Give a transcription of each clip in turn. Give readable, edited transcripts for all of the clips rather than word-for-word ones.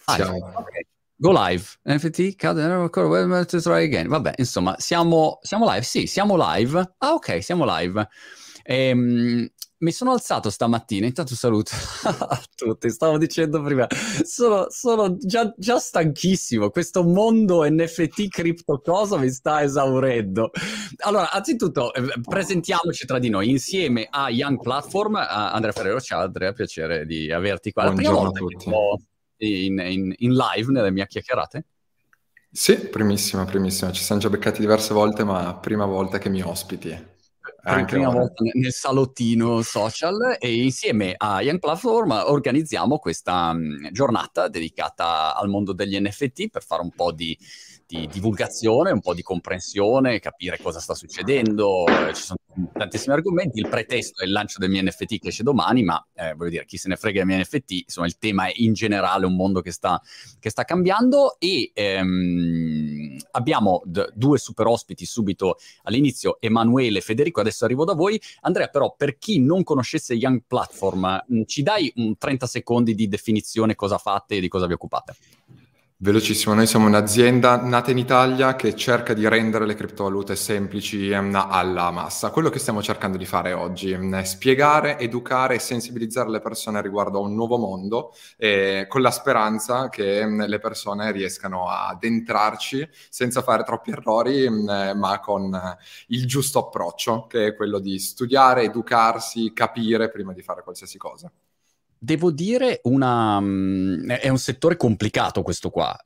Live. Ciao. Ok. Go live. NFT, to try again. Vabbè, insomma, siamo live? Sì, siamo live. Ah, ok, siamo live. Mi sono alzato stamattina, intanto saluto a tutti, stavo dicendo prima, sono già stanchissimo, questo mondo NFT cripto cosa mi sta esaurendo. Allora, anzitutto, presentiamoci tra di noi, insieme a Young Platform, a Andrea Ferrero. Ciao Andrea, piacere di averti qua. La prima Buongiorno a volta che tutti. sto in live nelle mie chiacchierate? Sì, primissima. Ci siamo già beccati diverse volte, ma prima volta che mi ospiti. Anche Prima ora. volta nel salottino social, e insieme a Young Platform organizziamo questa giornata dedicata al mondo degli NFT per fare un po' di divulgazione, un po' di comprensione, capire cosa sta succedendo. Ci sono tantissimi argomenti. Il pretesto è il lancio del mio NFT che esce domani, ma voglio dire, chi se ne frega dei miei NFT, insomma il tema è in generale un mondo che sta cambiando, e abbiamo due super ospiti subito all'inizio, Emanuele e Federico. Adesso arrivo da voi. Andrea, però, per chi non conoscesse Young Platform, ci dai un 30 secondi di definizione, cosa fate e di cosa vi occupate? Velocissimo, noi siamo un'azienda nata in Italia che cerca di rendere le criptovalute semplici alla massa. Quello che stiamo cercando di fare oggi è spiegare, educare e sensibilizzare le persone riguardo a un nuovo mondo, con la speranza che le persone riescano ad entrarci senza fare troppi errori, ma con il giusto approccio, che è quello di studiare, educarsi, capire prima di fare qualsiasi cosa. Devo dire, è un settore complicato questo qua.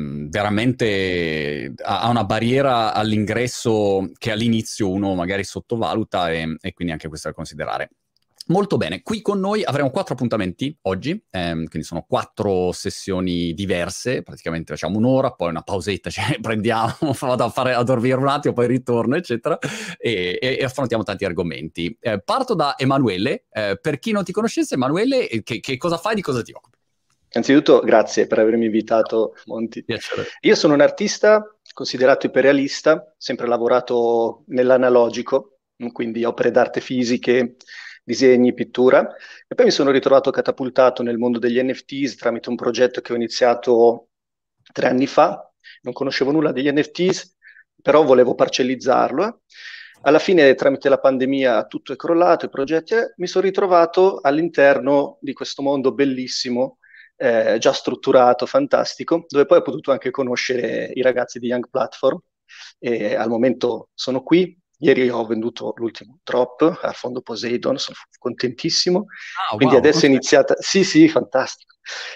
Veramente ha una barriera all'ingresso che all'inizio uno magari sottovaluta, e quindi anche questo da considerare. Molto bene, qui con noi avremo 4 appuntamenti oggi, quindi sono 4 sessioni diverse, praticamente facciamo un'ora, poi una pausetta, cioè prendiamo, vado a dormire un attimo, poi ritorno, eccetera, e affrontiamo tanti argomenti. Parto da Emanuele. Per chi non ti conoscesse, Emanuele, che cosa fai, di cosa ti occupi? Anzitutto, grazie per avermi invitato, Monti. Piacere. Io sono un artista considerato iperrealista, sempre lavorato nell'analogico, quindi opere d'arte fisiche, disegni, pittura, e poi mi sono ritrovato catapultato nel mondo degli NFTs tramite un progetto che ho iniziato 3 anni fa. Non conoscevo nulla degli NFTs, però volevo parcellizzarlo. Alla fine, tramite la pandemia, tutto è crollato, i progetti, mi sono ritrovato all'interno di questo mondo bellissimo, già strutturato, fantastico, dove poi ho potuto anche conoscere i ragazzi di Young Platform, e al momento sono qui. Ieri ho venduto l'ultimo drop al fondo Poseidon, sono contentissimo. Ah, Quindi wow, adesso è ok. iniziata, sì, fantastico.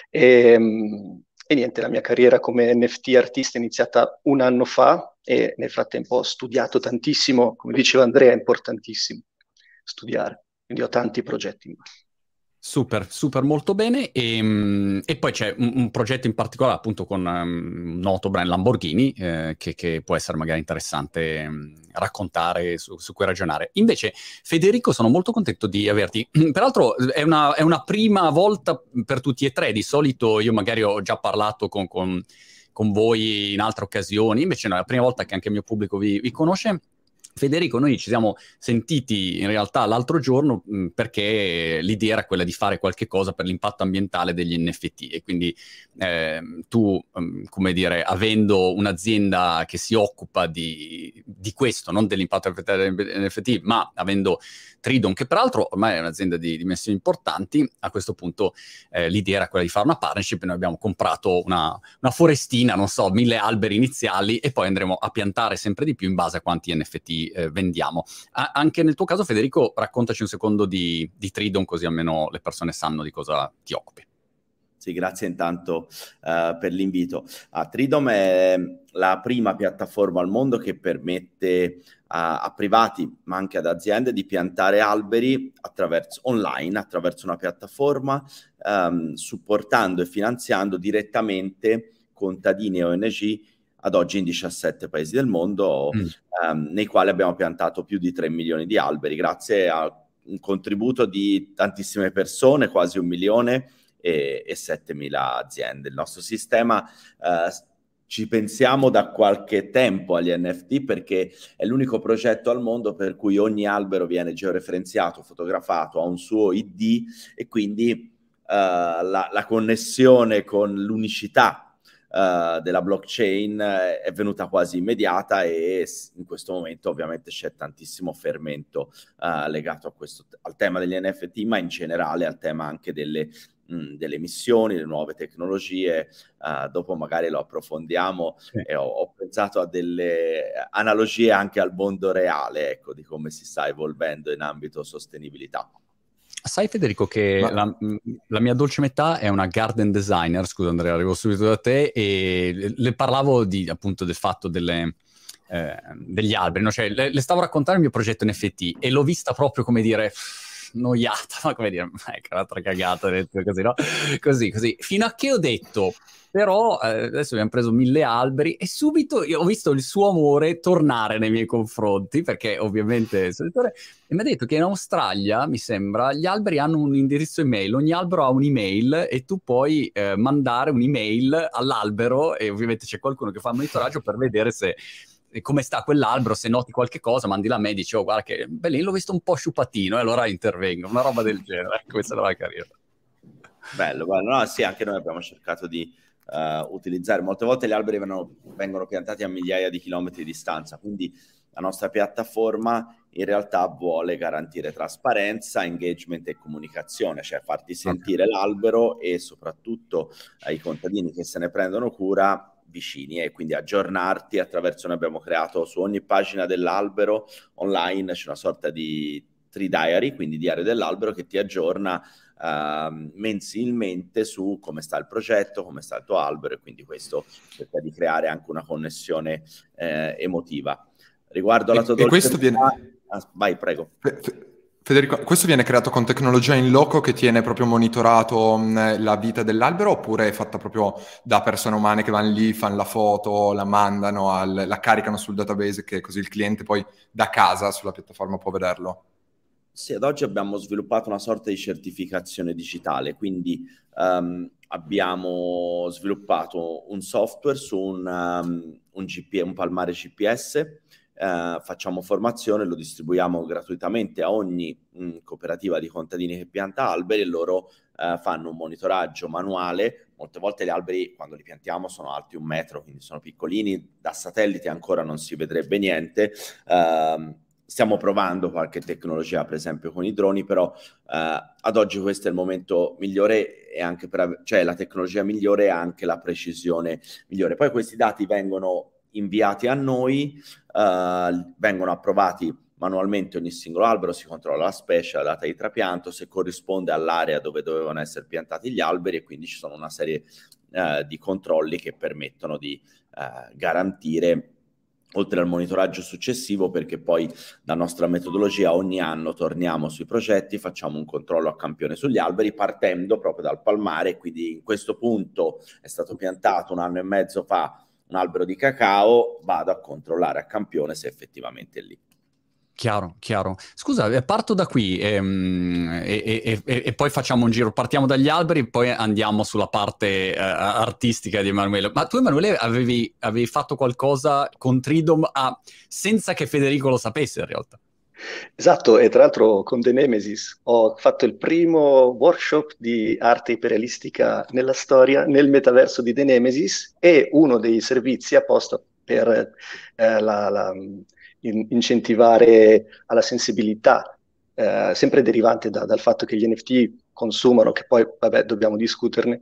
E niente, la mia carriera come NFT artista è iniziata 1 anno fa, e nel frattempo ho studiato tantissimo. Come diceva Andrea, è importantissimo studiare, quindi ho tanti progetti in mano. Super, super, molto bene. E poi c'è un progetto in particolare, appunto, con un noto brand Lamborghini, che può essere magari interessante raccontare, su cui ragionare. Invece, Federico, sono molto contento di averti. Peraltro è una prima volta per tutti e tre. Di solito io magari ho già parlato con voi in altre occasioni, invece no, è la prima volta che anche il mio pubblico vi conosce. Federico, noi ci siamo sentiti in realtà l'altro giorno, perché l'idea era quella di fare qualche cosa per l'impatto ambientale degli NFT, e quindi tu, come dire, avendo un'azienda che si occupa di questo, non dell'impatto ambientale degli NFT, ma avendo Tridon, che peraltro ormai è un'azienda di dimensioni importanti, a questo punto l'idea era quella di fare una partnership, e noi abbiamo comprato una forestina, non so, 1000 alberi iniziali, e poi andremo a piantare sempre di più in base a quanti NFT vendiamo. Anche nel tuo caso, Federico, raccontaci un secondo di Tridon, così almeno le persone sanno di cosa ti occupi. Sì, grazie intanto per l'invito. Tridom è la prima piattaforma al mondo che permette a privati, ma anche ad aziende, di piantare alberi online attraverso una piattaforma, supportando e finanziando direttamente contadini e ONG ad oggi in 17 paesi del mondo, nei quali abbiamo piantato più di 3 milioni di alberi, grazie a un contributo di tantissime persone, quasi 1 milione, e 7.000 aziende. Il nostro sistema, ci pensiamo da qualche tempo agli NFT, perché è l'unico progetto al mondo per cui ogni albero viene georeferenziato, fotografato, ha un suo ID, e quindi la connessione con l'unicità della blockchain è venuta quasi immediata, e in questo momento ovviamente c'è tantissimo fermento legato al tema degli NFT, ma in generale al tema anche delle missioni, le nuove tecnologie. Dopo magari lo approfondiamo. E ho pensato a delle analogie anche al mondo reale, ecco, di come si sta evolvendo in ambito sostenibilità. Sai, Federico, che la mia dolce metà è una garden designer. Scusa Andrea, arrivo subito da te, e le parlavo appunto del fatto degli alberi, no? Cioè, le stavo raccontando il mio progetto NFT e l'ho vista proprio, come dire, noiata, ma come dire, che un'altra cagata, così, no? Così, fino a che ho detto, però adesso abbiamo preso 1000 alberi, e subito io ho visto il suo amore tornare nei miei confronti, perché ovviamente e mi ha detto che in Australia, mi sembra, gli alberi hanno un indirizzo email, ogni albero ha un'email, e tu puoi mandare un'email all'albero, e ovviamente c'è qualcuno che fa il monitoraggio per vedere come sta quell'albero. Se noti qualche cosa, mandi la me e dici: oh, guarda che bellino, l'ho visto un po' sciupatino, e allora intervengo, una roba del genere. Questa era la carriera. Bello, no, sì, anche noi abbiamo cercato di utilizzare. Molte volte gli alberi vengono piantati a migliaia di chilometri di distanza, quindi la nostra piattaforma in realtà vuole garantire trasparenza, engagement e comunicazione, cioè farti sentire l'albero, e soprattutto ai contadini che se ne prendono cura vicini, e quindi aggiornarti attraverso, noi abbiamo creato su ogni pagina dell'albero online c'è una sorta di tree diary, quindi diario dell'albero, che ti aggiorna mensilmente su come sta il progetto, come sta il tuo albero, e quindi questo cerca di creare anche una connessione emotiva. Riguardo alla tua questo viene... Vai, prego. Federico, questo viene creato con tecnologia in loco che tiene proprio monitorato la vita dell'albero, oppure è fatta proprio da persone umane che vanno lì, fanno la foto, la mandano, la caricano sul database, che così il cliente poi da casa sulla piattaforma può vederlo? Sì, ad oggi abbiamo sviluppato una sorta di certificazione digitale, quindi abbiamo sviluppato un software su un palmare GPS. Facciamo formazione, lo distribuiamo gratuitamente a ogni cooperativa di contadini che pianta alberi, e loro fanno un monitoraggio manuale. Molte volte gli alberi, quando li piantiamo, sono alti 1 metro, quindi sono piccolini, da satellite ancora non si vedrebbe niente. Stiamo provando qualche tecnologia, per esempio con i droni, però ad oggi questo è il momento migliore, e anche cioè la tecnologia migliore, e anche la precisione migliore. Poi questi dati vengono inviati a noi, vengono approvati manualmente ogni singolo albero, si controlla la specie, la data di trapianto, se corrisponde all'area dove dovevano essere piantati gli alberi, e quindi ci sono una serie di controlli che permettono di garantire, oltre al monitoraggio successivo, perché poi la nostra metodologia ogni anno torniamo sui progetti, facciamo un controllo a campione sugli alberi, partendo proprio dal palmare. Quindi in questo punto è stato piantato 1 anno e mezzo fa un albero di cacao, vado a controllare a campione se effettivamente è lì. Chiaro. Scusa, parto da qui e poi facciamo un giro. Partiamo dagli alberi, poi andiamo sulla parte artistica di Emanuele. Ma tu, Emanuele, avevi fatto qualcosa con Tridom senza che Federico lo sapesse, in realtà. Esatto, e tra l'altro con The Nemesis ho fatto il primo workshop di arte iperrealistica nella storia, nel metaverso di The Nemesis, e uno dei servizi apposta per incentivare alla sensibilità, sempre derivante dal fatto che gli NFT consumano, che poi, vabbè, dobbiamo discuterne.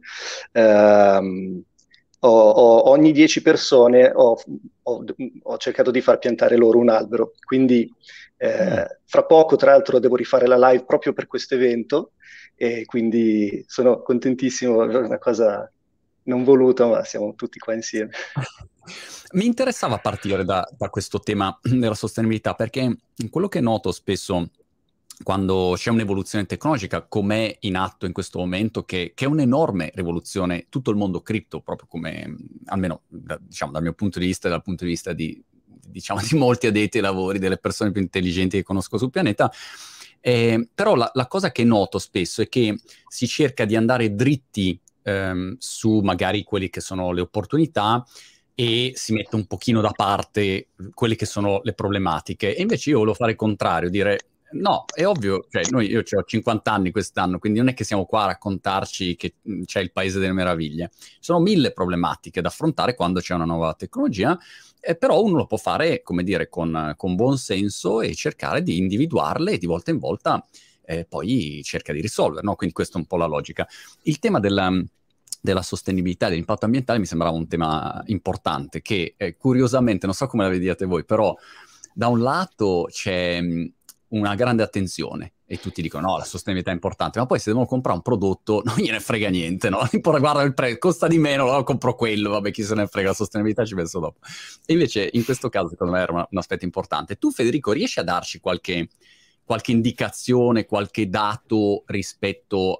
Ogni 10 persone ho cercato di far piantare loro un albero, quindi fra poco, tra l'altro, devo rifare la live proprio per questo evento, e quindi sono contentissimo, è una cosa non voluta, ma siamo tutti qua insieme. Mi interessava partire da questo tema della sostenibilità, perché quello che noto spesso quando c'è un'evoluzione tecnologica, come in atto in questo momento, che è un'enorme rivoluzione, tutto il mondo cripto, proprio come, almeno diciamo, dal mio punto di vista e dal punto di vista di molti addetti ai lavori, delle persone più intelligenti che conosco sul pianeta. Però la cosa che noto spesso è che si cerca di andare dritti su magari quelli che sono le opportunità, e si mette un pochino da parte quelle che sono le problematiche. E invece io volevo fare il contrario, dire No, è ovvio, cioè io ho 50 anni quest'anno, quindi non è che siamo qua a raccontarci che c'è il paese delle meraviglie. Ci sono 1000 problematiche da affrontare quando c'è una nuova tecnologia, però uno lo può fare, come dire, con buon senso e cercare di individuarle e di volta in volta poi cerca di risolverle, no? Quindi questa è un po' la logica. Il tema della sostenibilità e dell'impatto ambientale mi sembrava un tema importante che curiosamente, non so come la vediate voi, però da un lato c'è una grande attenzione e tutti dicono no, la sostenibilità è importante, ma poi se devono comprare un prodotto non gliene frega niente, no? Guarda il prezzo, costa di meno, allora compro quello, vabbè, chi se ne frega, la sostenibilità ci penso dopo. E invece in questo caso secondo me era un aspetto importante. Tu Federico riesci a darci qualche indicazione, qualche dato rispetto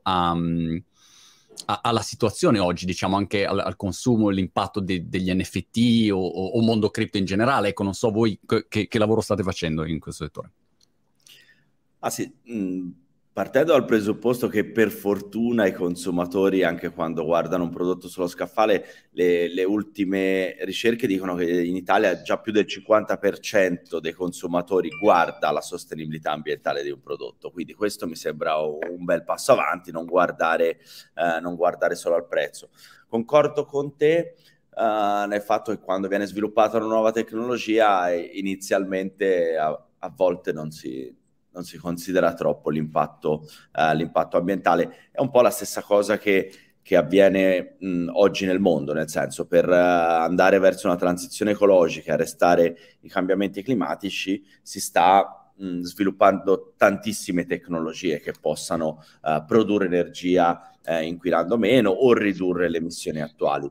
alla situazione oggi, diciamo anche al consumo, l'impatto degli NFT o mondo cripto in generale? Ecco, non so voi che lavoro state facendo in questo settore. Ah sì, partendo dal presupposto che per fortuna i consumatori, anche quando guardano un prodotto sullo scaffale, le ultime ricerche dicono che in Italia già più del 50% dei consumatori guarda la sostenibilità ambientale di un prodotto, quindi questo mi sembra un bel passo avanti, non guardare solo al prezzo. Concordo con te nel fatto che quando viene sviluppata una nuova tecnologia inizialmente a volte non si considera troppo l'impatto ambientale. È un po' la stessa cosa che avviene oggi nel mondo, nel senso, per andare verso una transizione ecologica, arrestare i cambiamenti climatici, si sta sviluppando tantissime tecnologie che possano produrre energia inquinando meno o ridurre le emissioni attuali.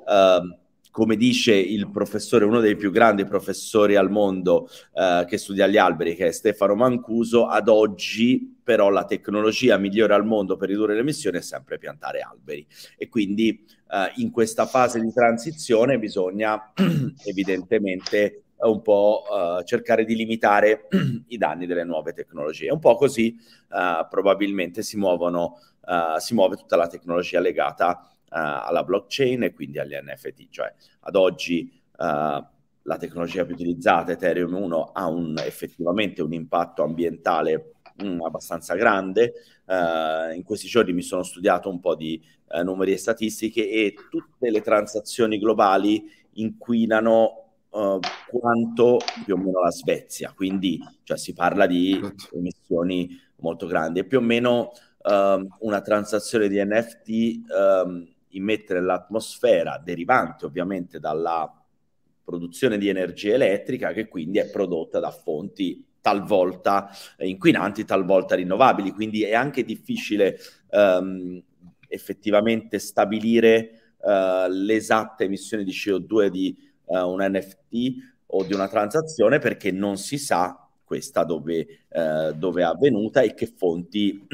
Come dice il professore, uno dei più grandi professori al mondo che studia gli alberi, che è Stefano Mancuso, ad oggi però la tecnologia migliore al mondo per ridurre le emissioni è sempre piantare alberi. E quindi in questa fase di transizione bisogna evidentemente un po' cercare di limitare i danni delle nuove tecnologie. Un po' così probabilmente si muove tutta la tecnologia legata alla blockchain e quindi agli NFT, cioè ad oggi la tecnologia più utilizzata, Ethereum 1, ha effettivamente un impatto ambientale abbastanza grande. In questi giorni mi sono studiato un po' di numeri e statistiche e tutte le transazioni globali inquinano quanto più o meno la Svezia, quindi cioè, si parla di emissioni molto grandi e più o meno una transazione di NFT immettere nell'atmosfera, derivante ovviamente dalla produzione di energia elettrica, che quindi è prodotta da fonti talvolta inquinanti, talvolta rinnovabili, quindi è anche difficile effettivamente stabilire l'esatta emissione di CO2 di un NFT o di una transazione, perché non si sa questa dove è avvenuta e che fonti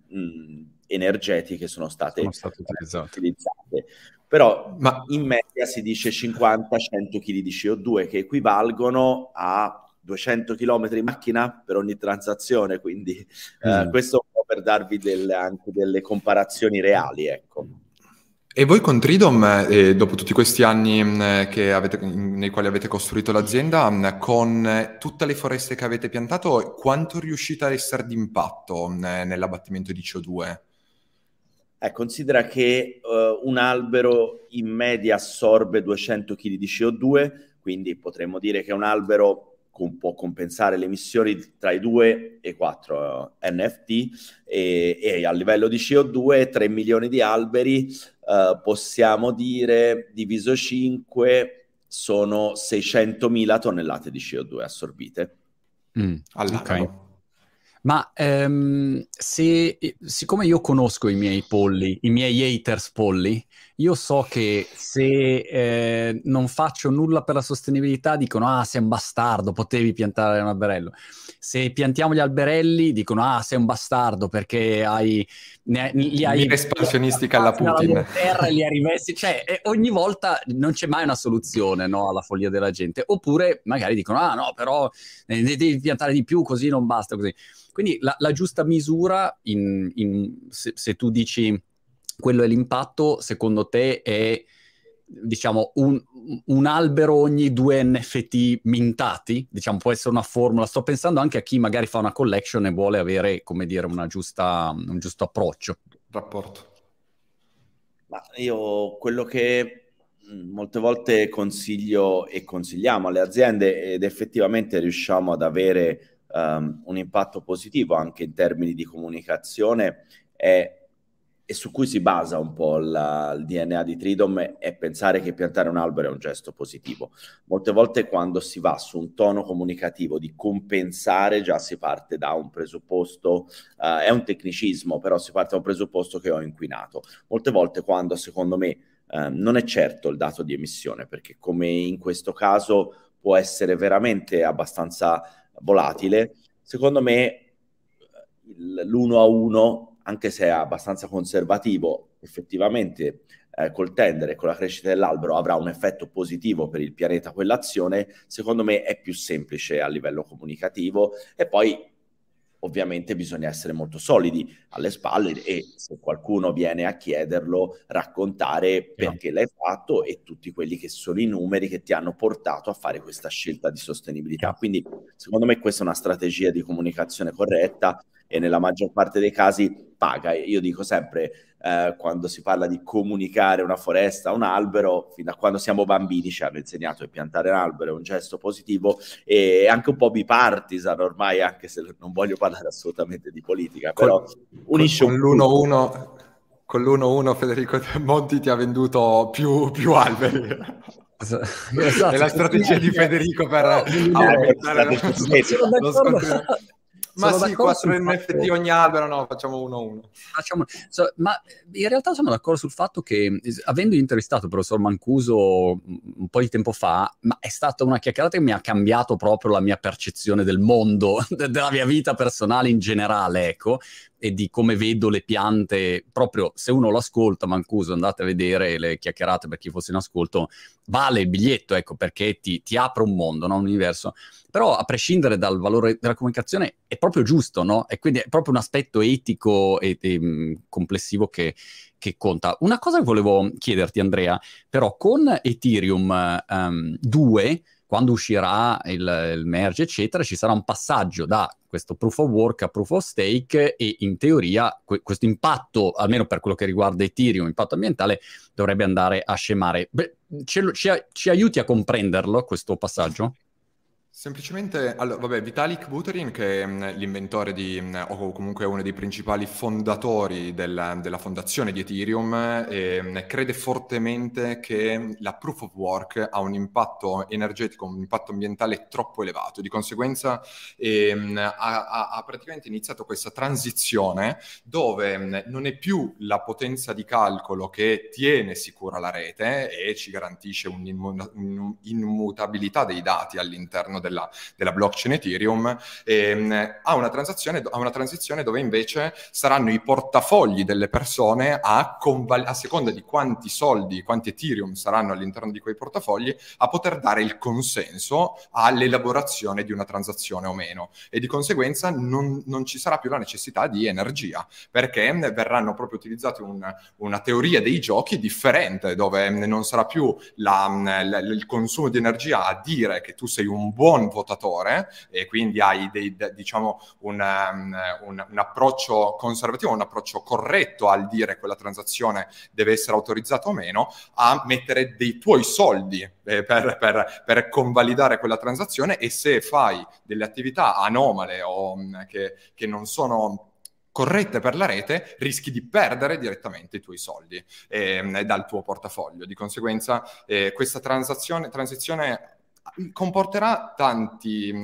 energetiche sono state utilizzate. Però in media si dice 50-100 kg di CO2 che equivalgono a 200 km in macchina per ogni transazione, quindi questo un po' per darvi anche delle comparazioni reali, ecco. E voi con Tridom, dopo tutti questi anni nei quali avete costruito l'azienda, con tutte le foreste che avete piantato, quanto riuscite a essere d'impatto nell'abbattimento di CO2? Considera che un albero in media assorbe 200 kg di CO2, quindi potremmo dire che un albero può compensare le emissioni tra i 2 e 4 NFT e a livello di CO2 3 milioni di alberi possiamo dire diviso 5 sono 600.000 tonnellate di CO2 assorbite all'anno. Okay. Ma siccome io conosco i miei polli, i miei haters polli, io so che se non faccio nulla per la sostenibilità dicono ah sei un bastardo, potevi piantare un alberello. Se piantiamo gli alberelli dicono ah sei un bastardo perché li hai espansionistica alla Putin, terra e li hai rimessi, cioè ogni volta non c'è mai una soluzione, no, alla follia della gente. Oppure magari dicono ah no però ne devi piantare di più così non basta così. Quindi la giusta misura, se tu dici quello è l'impatto, secondo te è, diciamo, un albero ogni 2 NFT mintati, diciamo, può essere una formula. Sto pensando anche a chi magari fa una collection e vuole avere, come dire, un giusto approccio. Rapporto. Ma io quello che molte volte consiglio e consigliamo alle aziende, ed effettivamente riusciamo ad avere un impatto positivo anche in termini di comunicazione, e su cui si basa un po' il DNA di Tridom, è pensare che piantare un albero è un gesto positivo. Molte volte quando si va su un tono comunicativo di compensare, già si parte da un presupposto, è un tecnicismo, però si parte da un presupposto che ho inquinato. Molte volte quando, secondo me, non è certo il dato di emissione, perché come in questo caso può essere veramente abbastanza volatile, secondo me l'1 a 1, anche se è abbastanza conservativo, effettivamente col tendere e con la crescita dell'albero avrà un effetto positivo per il pianeta quell'azione. Secondo me è più semplice a livello comunicativo, e poi ovviamente bisogna essere molto solidi alle spalle, e se qualcuno viene a chiederlo, raccontare perché l'hai fatto e tutti quelli che sono i numeri che ti hanno portato a fare questa scelta di sostenibilità. Quindi secondo me questa è una strategia di comunicazione corretta, e nella maggior parte dei casi paga. Io dico sempre, quando si parla di comunicare una foresta, un albero, fin da quando siamo bambini ci hanno insegnato che piantare un albero è un gesto positivo, e anche un po' bipartisan ormai, anche se non voglio parlare assolutamente di politica, però unisce con l'1-1, con l'1-1 Federico Monti ti ha venduto più alberi. Esatto. È la strategia di Federico per aumentare lo scontro. Ma sì, 4 NFT ogni albero, no, facciamo 1-1. Ma in realtà sono d'accordo sul fatto che, avendo intervistato il professor Mancuso un po' di tempo fa, ma è stata una chiacchierata che mi ha cambiato proprio la mia percezione del mondo, della mia vita personale in generale, ecco, e di come vedo le piante. Proprio se uno lo ascolta, Mancuso, andate a vedere le chiacchierate, per chi fosse in ascolto, vale il biglietto, ecco, perché ti apre un mondo, no? Un universo. Però a prescindere dal valore della comunicazione è proprio giusto, no? E quindi è proprio un aspetto etico e complessivo che conta. Una cosa che volevo chiederti, Andrea, però con Ethereum 2, quando uscirà il merge, eccetera, ci sarà un passaggio da questo proof of work a proof of stake, e in teoria questo impatto, almeno per quello che riguarda Ethereum, impatto ambientale, dovrebbe andare a scemare. Beh, ci aiuti a comprenderlo, questo passaggio? Semplicemente, allora, vabbè, Vitalik Buterin, che è l'inventore o comunque uno dei principali fondatori della fondazione di Ethereum, crede fortemente che la proof of work ha un impatto energetico, un impatto ambientale troppo elevato. Di conseguenza ha praticamente iniziato questa transizione dove non è più la potenza di calcolo che tiene sicura la rete e ci garantisce un'immutabilità dei dati all'interno della blockchain Ethereum, a una transizione dove invece saranno i portafogli delle persone a seconda di quanti soldi, quanti Ethereum saranno all'interno di quei portafogli, a poter dare il consenso all'elaborazione di una transazione o meno, e di conseguenza non ci sarà più la necessità di energia, perché verranno proprio utilizzati una teoria dei giochi differente, dove non sarà più il consumo di energia a dire che tu sei un buon votatore, e quindi hai diciamo un approccio conservativo, un approccio corretto al dire quella transazione deve essere autorizzata o meno, a mettere dei tuoi soldi per convalidare quella transazione, e se fai delle attività anomale o che non sono corrette per la rete, rischi di perdere direttamente i tuoi soldi dal tuo portafoglio. Di conseguenza questa transizione comporterà tanti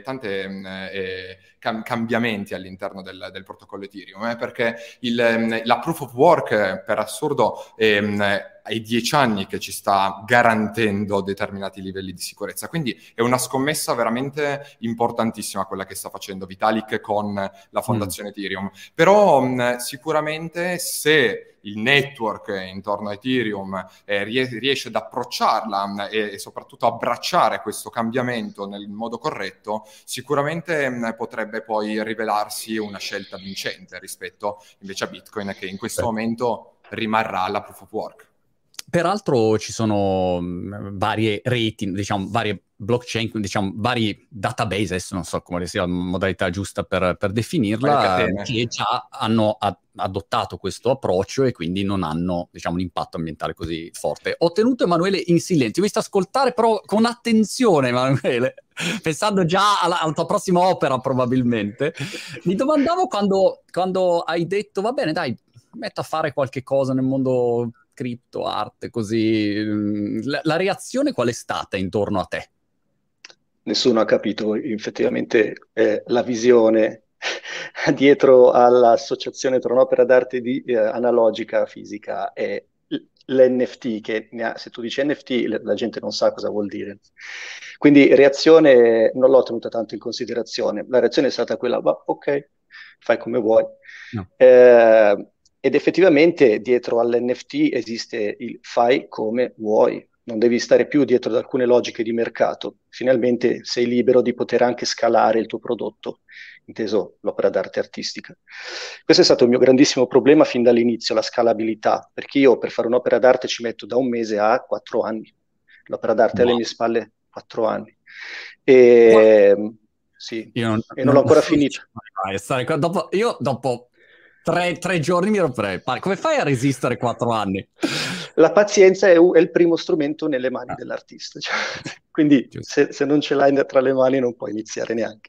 cambiamenti all'interno del protocollo Ethereum, perché la proof of work, per assurdo, ai 10 anni che ci sta garantendo determinati livelli di sicurezza. Quindi è una scommessa veramente importantissima quella che sta facendo Vitalik con la fondazione Ethereum. Però sicuramente, se il network intorno a Ethereum riesce ad approcciarla e soprattutto abbracciare questo cambiamento nel modo corretto, sicuramente potrebbe poi rivelarsi una scelta vincente rispetto invece a Bitcoin, che in questo momento rimarrà la proof of work. peraltro ci sono varie reti, diciamo, varie blockchain, diciamo, vari database, adesso non so come sia la modalità giusta per definirla, che già hanno adottato questo approccio e quindi non hanno, diciamo, un impatto ambientale così forte. Ho tenuto Emanuele in silenzio, ho visto ascoltare però con attenzione, Emanuele, pensando già alla tua prossima opera probabilmente. Mi domandavo quando hai detto, va bene, dai, metto a fare qualche cosa nel mondo cripto, arte, così, la reazione qual è stata intorno a te? Nessuno ha capito effettivamente la visione dietro all'associazione tra un'opera d'arte analogica, fisica e l'NFT, che se tu dici NFT la gente non sa cosa vuol dire. Quindi reazione non l'ho tenuta tanto in considerazione. La reazione è stata quella, ok, fai come vuoi. No. Ed effettivamente dietro all'NFT esiste il fai come vuoi. Non devi stare più dietro ad alcune logiche di mercato. Finalmente sei libero di poter anche scalare il tuo prodotto, inteso l'opera d'arte artistica. Questo è stato il mio grandissimo problema fin dall'inizio, la scalabilità, perché io per fare un'opera d'arte ci metto da 1 mese a 4 anni. L'opera d'arte alle mie spalle 4 anni. Sì, e non l'ho ancora finita. Io dopo 3 giorni mi romperei. Come fai a resistere 4 anni? La pazienza è il primo strumento nelle mani dell'artista, cioè, quindi se non ce l'hai tra le mani non puoi iniziare neanche.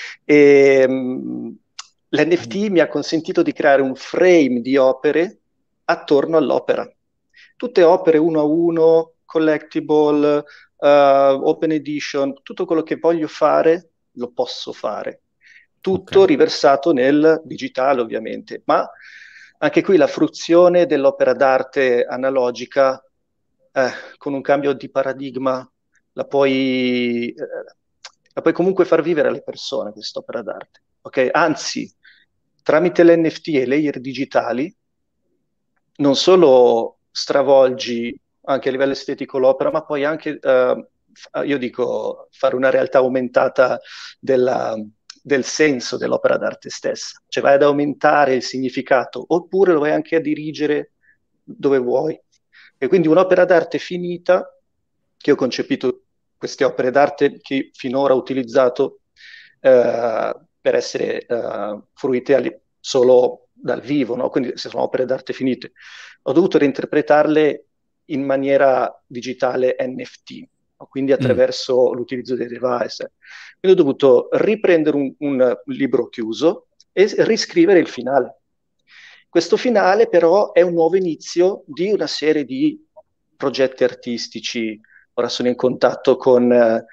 L'NFT mi ha consentito di creare un frame di opere attorno all'opera. Tutte opere 1 a 1, collectible, open edition, tutto quello che voglio fare lo posso fare. Tutto riversato nel digitale ovviamente, ma anche qui la fruizione dell'opera d'arte analogica con un cambio di paradigma la puoi comunque far vivere alle persone quest'opera d'arte. Okay? Anzi, tramite l'NFT e layer digitali non solo stravolgi anche a livello estetico l'opera, ma poi anche, io dico, fare una realtà aumentata del senso dell'opera d'arte stessa. Cioè vai ad aumentare il significato, oppure lo vai anche a dirigere dove vuoi. E quindi un'opera d'arte finita, che ho concepito queste opere d'arte che finora ho utilizzato per essere fruite solo dal vivo, no? Quindi se sono opere d'arte finite, ho dovuto reinterpretarle in maniera digitale NFT, no? Quindi attraverso l'utilizzo dei device. Quindi ho dovuto riprendere un libro chiuso e riscrivere il finale. Questo finale però è un nuovo inizio di una serie di progetti artistici. Ora sono in contatto con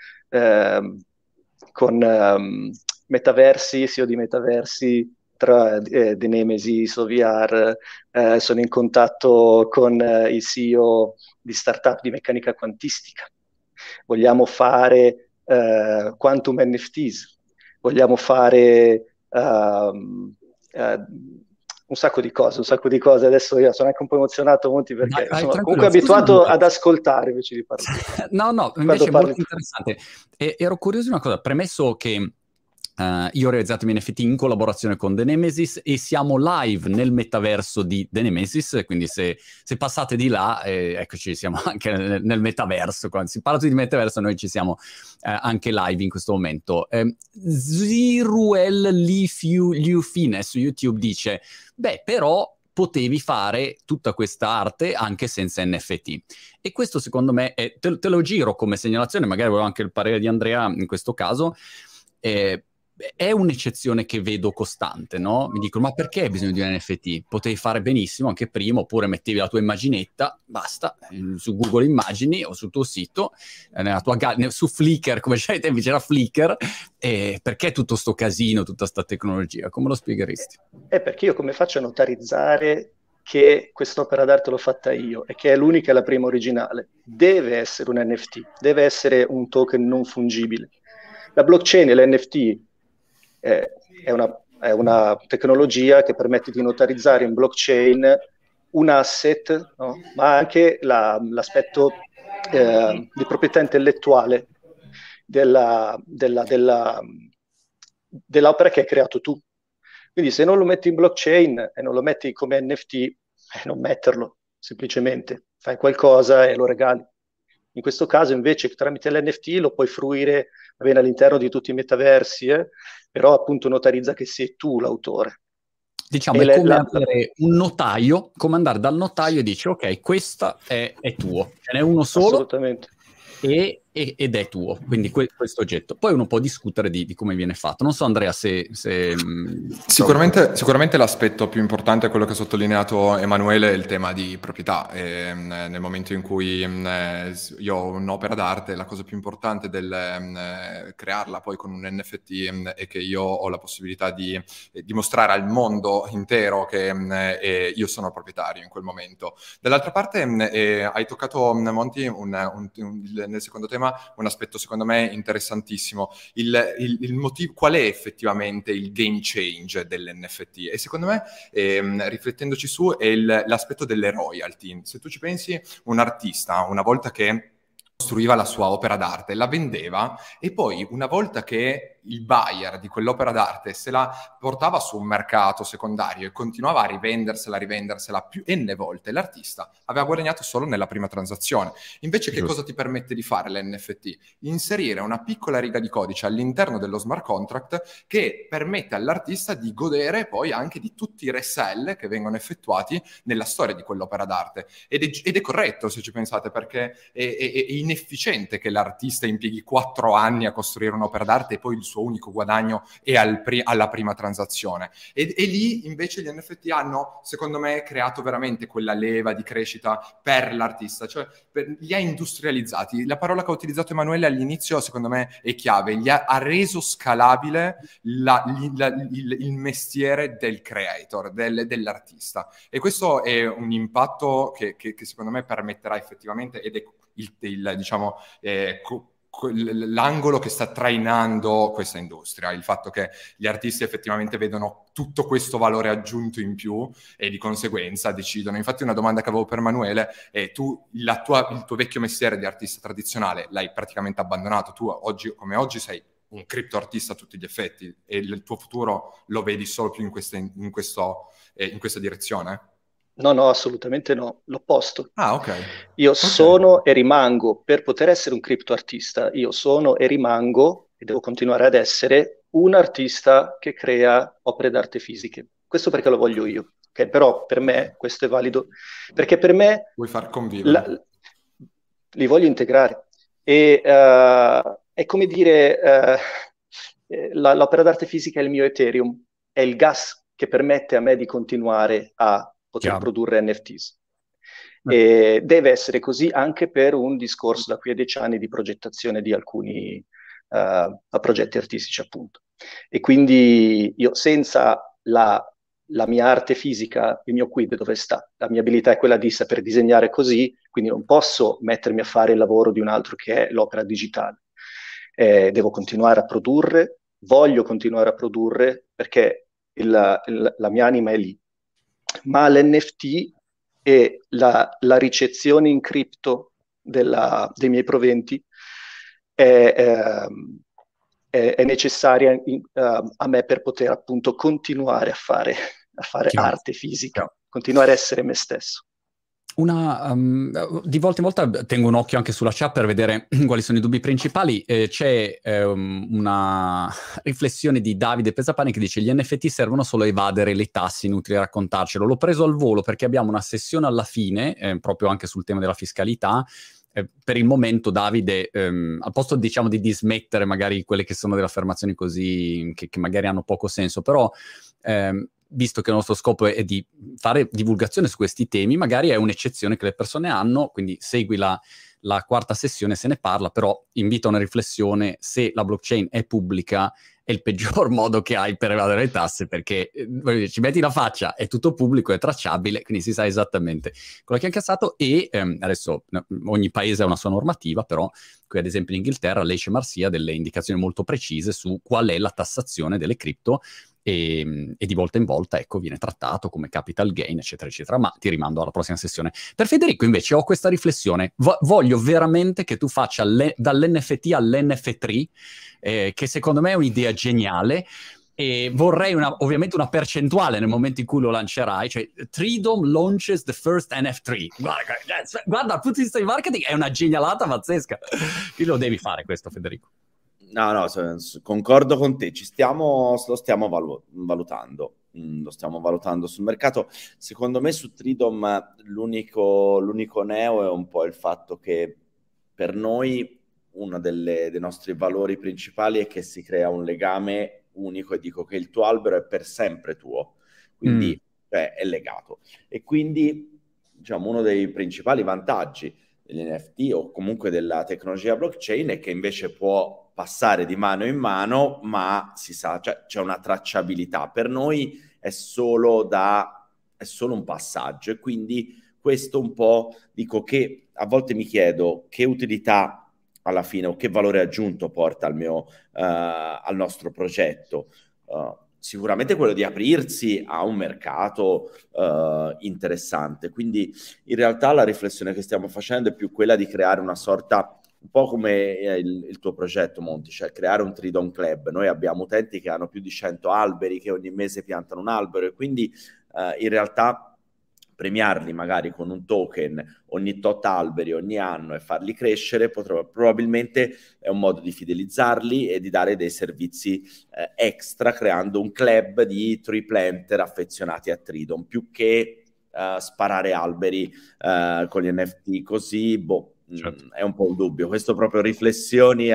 metaversi, CEO di metaversi, tra The Nemesis, OVR, sono in contatto con il CEO di startup di meccanica quantistica. Vogliamo fare quantum NFTs, vogliamo fare un sacco di cose. Adesso io sono anche un po' emozionato, Monti, perché sono comunque abituato ad ascoltare invece di parlare. No, invece è molto interessante. Ero curioso di una cosa, premesso che io ho realizzato i miei NFT in collaborazione con The Nemesis e siamo live nel metaverso di The Nemesis, quindi se passate di là, eccoci, siamo anche nel metaverso. Quando si parla di metaverso noi ci siamo anche live in questo momento. Ziruel Liufine su YouTube dice, beh, però potevi fare tutta questa arte anche senza NFT. E questo secondo me, te lo giro come segnalazione, magari avevo anche il parere di Andrea in questo caso, è un'eccezione che vedo costante, no? Mi dicono, ma perché hai bisogno di un NFT? Potevi fare benissimo anche prima, oppure mettevi la tua immaginetta, basta, su Google Immagini o sul tuo sito, nella tua su Flickr, come c'era ai tempi c'era Flickr, perché tutto sto casino, tutta sta tecnologia? Come lo spiegheresti? Perché io come faccio a notarizzare che quest'opera d'arte l'ho fatta io e che è l'unica e la prima originale? Deve essere un NFT, deve essere un token non fungibile. La blockchain e l'NFT è una tecnologia che permette di notarizzare in blockchain un asset, no? Ma anche l'aspetto di proprietà intellettuale dell'opera che hai creato tu. Quindi se non lo metti in blockchain e non lo metti come NFT, non metterlo, semplicemente. fai qualcosa e lo regali. In questo caso invece tramite l'NFT lo puoi fruire, va bene, all'interno di tutti i metaversi, però appunto notarizza che sei tu l'autore. Diciamo, è come avere un notaio, come andare dal notaio e dici ok, questo è tuo, ce n'è uno solo. Assolutamente. Ed è tuo, quindi questo oggetto. Poi uno può discutere di come viene fatto. Non so, Andrea, se Sicuramente l'aspetto più importante è quello che ha sottolineato Emanuele, è il tema di proprietà. Nel momento in cui io ho un'opera d'arte, la cosa più importante del crearla poi con un NFT è che io ho la possibilità di dimostrare al mondo intero che io sono il proprietario in quel momento. Dall'altra parte hai toccato, Monti, nel secondo tema, un aspetto secondo me interessantissimo, il motivo, qual è effettivamente il game change dell'NFT, e secondo me riflettendoci su è l'aspetto delle royalty. Se tu ci pensi, un artista una volta che costruiva la sua opera d'arte, la vendeva, e poi una volta che il buyer di quell'opera d'arte se la portava su un mercato secondario e continuava a rivendersela più n volte, l'artista aveva guadagnato solo nella prima transazione. Invece che cosa ti permette di fare l'NFT? Inserire una piccola riga di codice all'interno dello smart contract che permette all'artista di godere poi anche di tutti i resell che vengono effettuati nella storia di quell'opera d'arte. Ed è corretto, se ci pensate, perché è inefficiente che l'artista impieghi 4 anni a costruire un'opera d'arte e poi il suo unico guadagno è alla prima transazione. E lì invece gli NFT hanno, secondo me, creato veramente quella leva di crescita per l'artista, cioè li ha industrializzati. La parola che ha utilizzato Emanuele all'inizio, secondo me, è chiave. Ha reso scalabile il mestiere del creator, dell'artista. E questo è un impatto che secondo me permetterà effettivamente, ed è diciamo, l'angolo che sta trainando questa industria, il fatto che gli artisti effettivamente vedono tutto questo valore aggiunto in più e di conseguenza decidono. Infatti una domanda che avevo per Emanuele è: tu il tuo vecchio mestiere di artista tradizionale l'hai praticamente abbandonato, tu oggi come oggi sei un cripto artista a tutti gli effetti, e il tuo futuro lo vedi solo più in questa direzione? No, assolutamente no, l'opposto. Ah, ok. Io sono e rimango, per poter essere un criptoartista, io sono e rimango, e devo continuare ad essere, un artista che crea opere d'arte fisiche. Questo perché lo voglio io, okay? Però per me questo è valido, perché per me... Vuoi far convivere? Li voglio integrare. E è come dire, l'opera d'arte fisica è il mio Ethereum, è il gas che permette a me di continuare a poter produrre NFTs. E deve essere così anche per un discorso da qui a 10 anni di progettazione di alcuni progetti artistici, appunto. E quindi io senza la mia arte fisica, il mio quid dove sta? La mia abilità è quella di saper disegnare così, quindi non posso mettermi a fare il lavoro di un altro che è l'opera digitale. Devo continuare a produrre, voglio continuare a produrre perché la mia anima è lì. Ma l'NFT e la ricezione in cripto dei miei proventi è necessaria a me per poter appunto continuare a fare arte fisica, continuare a essere me stesso. Di volta in volta tengo un occhio anche sulla chat per vedere quali sono i dubbi principali. C'è una riflessione di Davide Pesapani che dice: gli NFT servono solo a evadere le tasse, inutile raccontarcelo. L'ho preso al volo perché abbiamo una sessione alla fine, proprio anche sul tema della fiscalità. Per il momento, Davide, al posto, diciamo, di dismettere magari quelle che sono delle affermazioni così che magari hanno poco senso, però visto che il nostro scopo è di fare divulgazione su questi temi, magari è un'eccezione che le persone hanno, quindi segui la quarta sessione, se ne parla, però invito a una riflessione: se la blockchain è pubblica è il peggior modo che hai per evadere le tasse, perché ci metti la faccia, è tutto pubblico, è tracciabile, quindi si sa esattamente quello che è incassato. E adesso ogni paese ha una sua normativa, però qui ad esempio in Inghilterra l'Eice Marsia ha delle indicazioni molto precise su qual è la tassazione delle cripto, e di volta in volta, ecco, viene trattato come capital gain, eccetera, eccetera. Ma ti rimando alla prossima sessione. Per Federico invece ho questa riflessione: voglio veramente che tu faccia dall'NFT all'NF3, che secondo me è un'idea geniale, E vorrei ovviamente una percentuale nel momento in cui lo lancerai, cioè Freedom launches the first NFT. Guarda, dal punto di vista di marketing è una genialata pazzesca. Chi lo devi fare questo, Federico? No, concordo con te, lo stiamo valutando. Lo stiamo valutando sul mercato. Secondo me su Freedom l'unico neo è un po' il fatto che per noi uno dei nostri valori principali è che si crea un legame unico, e dico che il tuo albero è per sempre tuo, quindi cioè, è legato. E quindi diciamo uno dei principali vantaggi degli NFT o comunque della tecnologia blockchain è che invece può passare di mano in mano, ma si sa, cioè, c'è una tracciabilità. Per noi è solo un passaggio, e quindi questo un po' dico che a volte mi chiedo che utilità alla fine o che valore aggiunto porta al nostro progetto. Sicuramente quello di aprirsi a un mercato interessante. Quindi in realtà la riflessione che stiamo facendo è più quella di creare una sorta, un po' come il tuo progetto, Monti, cioè creare un Freedom Club. Noi abbiamo utenti che hanno più di 100 alberi, che ogni mese piantano un albero, e quindi in realtà premiarli magari con un token ogni tot alberi ogni anno e farli crescere probabilmente è un modo di fidelizzarli e di dare dei servizi extra, creando un club di tree planter affezionati a Freedom, più che sparare alberi con gli NFT così, certo. È un po' un dubbio. Questo proprio riflessioni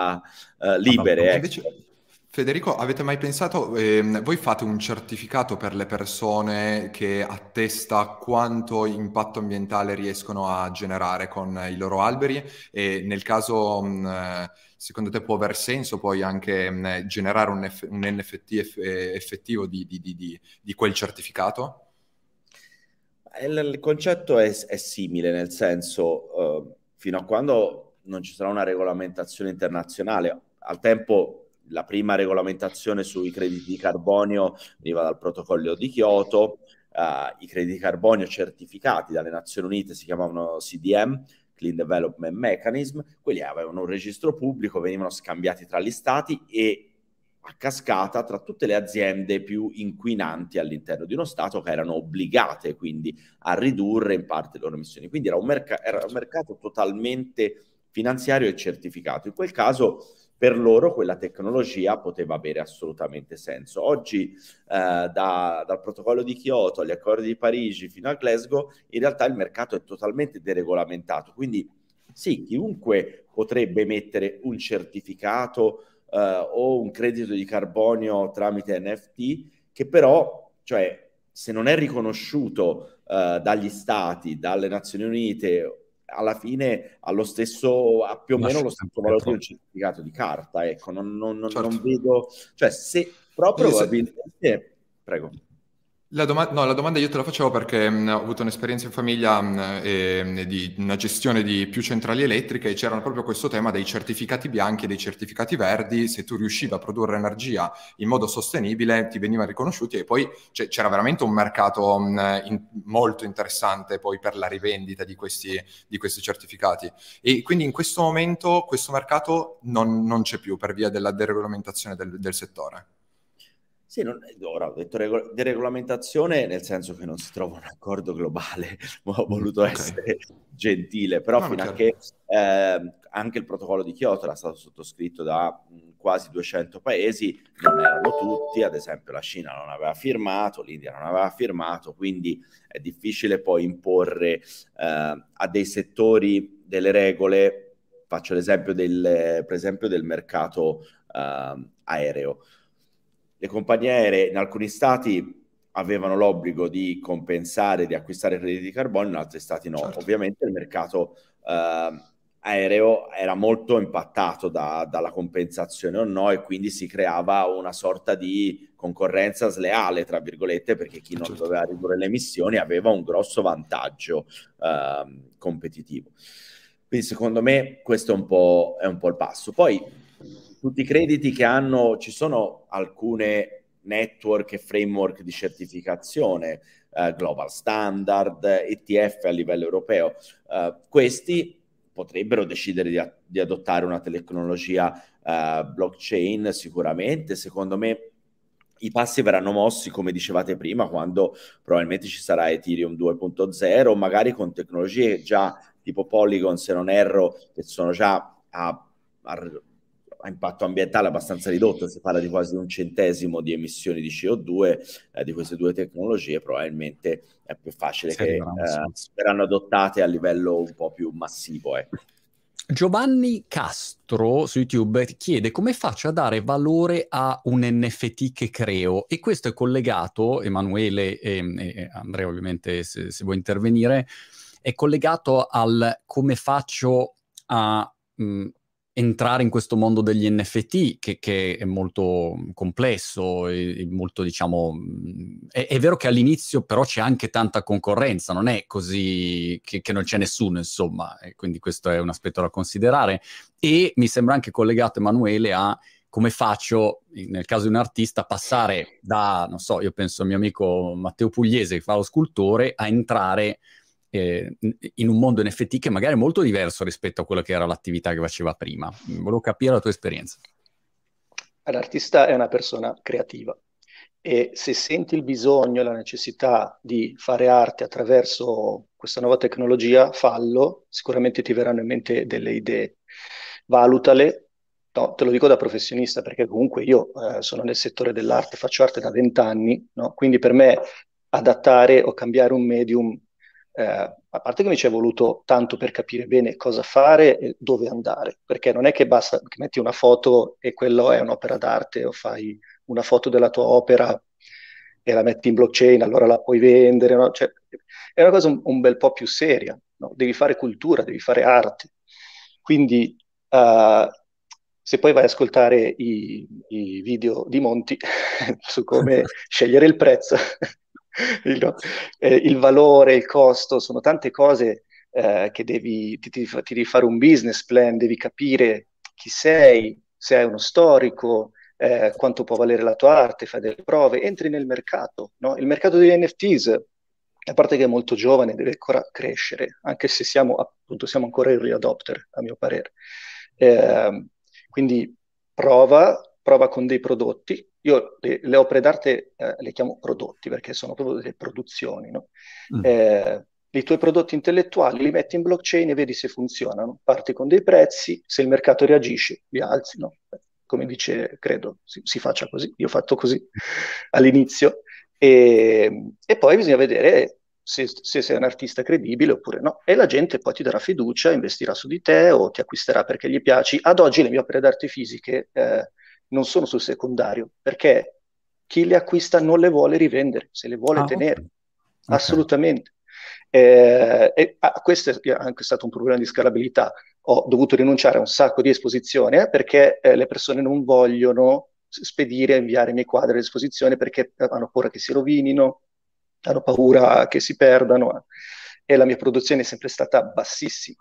libere. Invece, Federico, avete mai pensato, voi fate un certificato per le persone che attesta quanto impatto ambientale riescono a generare con i loro alberi, e nel caso secondo te può aver senso poi anche generare un NFT effettivo di quel certificato? Il concetto è simile, nel senso, fino a quando non ci sarà una regolamentazione internazionale. Al tempo la prima regolamentazione sui crediti di carbonio veniva dal protocollo di Kyoto. I crediti di carbonio certificati dalle Nazioni Unite si chiamavano CDM, Clean Development Mechanism. Quelli avevano un registro pubblico, venivano scambiati tra gli stati e a cascata tra tutte le aziende più inquinanti all'interno di uno Stato, che erano obbligate quindi a ridurre in parte le loro emissioni. Quindi era un mercato totalmente finanziario e certificato. In quel caso per loro quella tecnologia poteva avere assolutamente senso. Oggi dal protocollo di Kyoto agli accordi di Parigi fino a Glasgow, in realtà il mercato è totalmente deregolamentato. Quindi sì, chiunque potrebbe emettere un certificato o un credito di carbonio tramite NFT, che però, cioè, se non è riconosciuto dagli stati, dalle Nazioni Unite, alla fine ha più o meno lo stesso valore di un certificato di carta. Ecco, certo. Non vedo, cioè, se proprio probabilmente... Prego. La domanda io te la facevo perché ho avuto un'esperienza in famiglia di una gestione di più centrali elettriche, e c'era proprio questo tema dei certificati bianchi e dei certificati verdi. Se tu riuscivi a produrre energia in modo sostenibile ti venivano riconosciuti, e poi c'era veramente un mercato molto interessante poi per la rivendita di questi certificati. E quindi in questo momento questo mercato non c'è più per via della deregolamentazione del settore. Sì, ora ho detto deregolamentazione nel senso che non si trova un accordo globale, ho voluto essere gentile, però fino a che anche il protocollo di Kyoto era stato sottoscritto da quasi 200 paesi, non erano tutti, ad esempio la Cina non aveva firmato, l'India non aveva firmato, quindi è difficile poi imporre a dei settori delle regole. Faccio l'esempio per esempio del mercato aereo. Le compagnie aeree in alcuni stati avevano l'obbligo di compensare, di acquistare crediti di carbonio, in altri stati no. Certo. Ovviamente il mercato aereo era molto impattato dalla compensazione o no, e quindi si creava una sorta di concorrenza sleale, tra virgolette, perché chi non doveva ridurre le emissioni aveva un grosso vantaggio competitivo. Quindi secondo me questo è un po' il passo. Poi tutti i crediti che ci sono alcune network e framework di certificazione, Global Standard, ETF a livello europeo. Questi potrebbero decidere di adottare una tecnologia blockchain sicuramente. Secondo me I passi verranno mossi, come dicevate prima, quando probabilmente ci sarà Ethereum 2.0, magari con tecnologie già tipo Polygon, se non erro, che sono già a impatto ambientale abbastanza ridotto, si parla di quasi 1 centesimo di emissioni di CO2, di queste due tecnologie probabilmente è più facile che verranno adottate a livello un po' più massivo. Giovanni Castro su YouTube chiede come faccio a dare valore a un NFT che creo, e questo è collegato, Emanuele e Andrea ovviamente se vuoi intervenire, è collegato al come faccio a entrare in questo mondo degli NFT che è molto complesso e molto, diciamo, è vero che all'inizio però c'è anche tanta concorrenza, non è così che non c'è nessuno, insomma, e quindi questo è un aspetto da considerare. E mi sembra anche collegato, Emanuele, a come faccio, nel caso di un artista, passare da, non so, io penso al mio amico Matteo Pugliese che fa lo scultore, a entrare in un mondo NFT che magari è molto diverso rispetto a quello che era l'attività che faceva prima. Volevo capire la tua esperienza. L'artista è una persona creativa e se senti il bisogno e la necessità di fare arte attraverso questa nuova tecnologia, fallo, sicuramente ti verranno in mente delle idee. Valutale, no, te lo dico da professionista perché comunque io sono nel settore dell'arte, faccio arte da 20 anni, no? Quindi per me adattare o cambiare un medium, a parte che mi ci è voluto tanto per capire bene cosa fare e dove andare, perché non è che basta che metti una foto e quello è un'opera d'arte, o fai una foto della tua opera e la metti in blockchain, allora la puoi vendere, no? Cioè, è una cosa un bel po' più seria, no? Devi fare cultura, devi fare arte. Quindi se poi vai ad ascoltare i video di Monti su come scegliere il prezzo, il valore, il costo, sono tante cose che ti devi fare un business plan, devi capire chi sei, se hai uno storico, quanto può valere la tua arte, fai delle prove, entri nel mercato, no? Il mercato degli NFTs, a parte che è molto giovane, deve ancora crescere, anche se siamo ancora early adopter, a mio parere. Quindi prova con dei prodotti. Io le opere d'arte le chiamo prodotti perché sono proprio delle produzioni, no? I tuoi prodotti intellettuali li metti in blockchain e vedi se funzionano. Parti con dei prezzi, se il mercato reagisce, li alzi, no? Come dice, credo, si faccia così. Io ho fatto così all'inizio. E poi bisogna vedere se sei un artista credibile oppure no. E la gente poi ti darà fiducia, investirà su di te o ti acquisterà perché gli piaci. Ad oggi le mie opere d'arte fisiche non sono sul secondario, perché chi le acquista non le vuole rivendere, se le vuole tenere. Okay. Assolutamente. Questo è anche stato un problema di scalabilità. Ho dovuto rinunciare a un sacco di esposizioni perché le persone non vogliono spedire e inviare i miei quadri all'esposizione perché hanno paura che si rovinino, hanno paura che si perdano, e la mia produzione è sempre stata bassissima.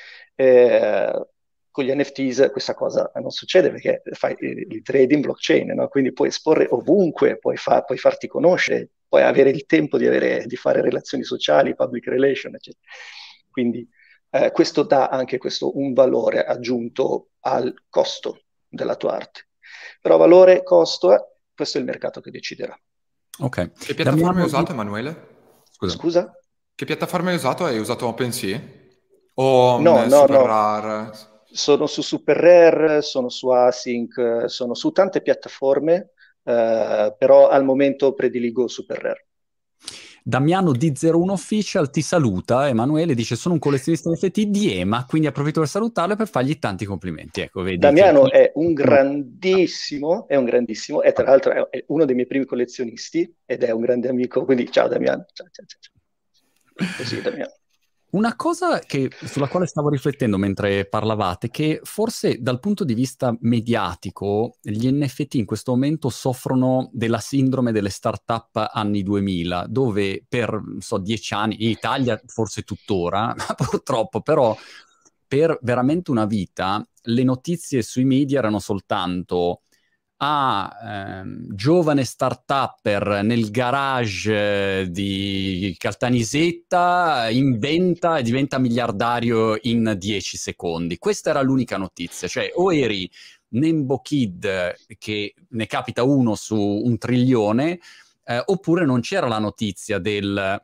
Con gli NFTs questa cosa non succede perché fai il trading blockchain, no? Quindi puoi esporre ovunque, puoi farti conoscere, puoi avere il tempo di fare relazioni sociali, public relation, eccetera. Quindi questo dà anche un valore aggiunto al costo della tua arte. Però valore, costo, questo è il mercato che deciderà. Ok. Che piattaforma hai usato, Emanuele? Scusa? Che piattaforma hai usato? Hai usato OpenSea? O no, SuperRare? Sono su SuperRare, sono su Async, sono su tante piattaforme, però al momento prediligo SuperRare. Damiano D01 Official ti saluta, Emanuele, dice sono un collezionista NFT di EMA, quindi approfitto per salutarlo e per fargli tanti complimenti. Ecco, vedi Damiano è un grandissimo, e tra l'altro è uno dei miei primi collezionisti ed è un grande amico, quindi ciao Damiano. Ciao. Così Damiano. Una cosa sulla quale stavo riflettendo mentre parlavate, che forse dal punto di vista mediatico gli NFT in questo momento soffrono della sindrome delle start-up anni 2000, dove per 10 anni, in Italia forse tuttora, purtroppo, però per veramente una vita le notizie sui media erano soltanto giovane start-upper nel garage di Caltanissetta, inventa e diventa miliardario in 10 secondi. Questa era l'unica notizia, cioè o eri Nembo Kid, che ne capita uno su 1 trilione, oppure non c'era la notizia del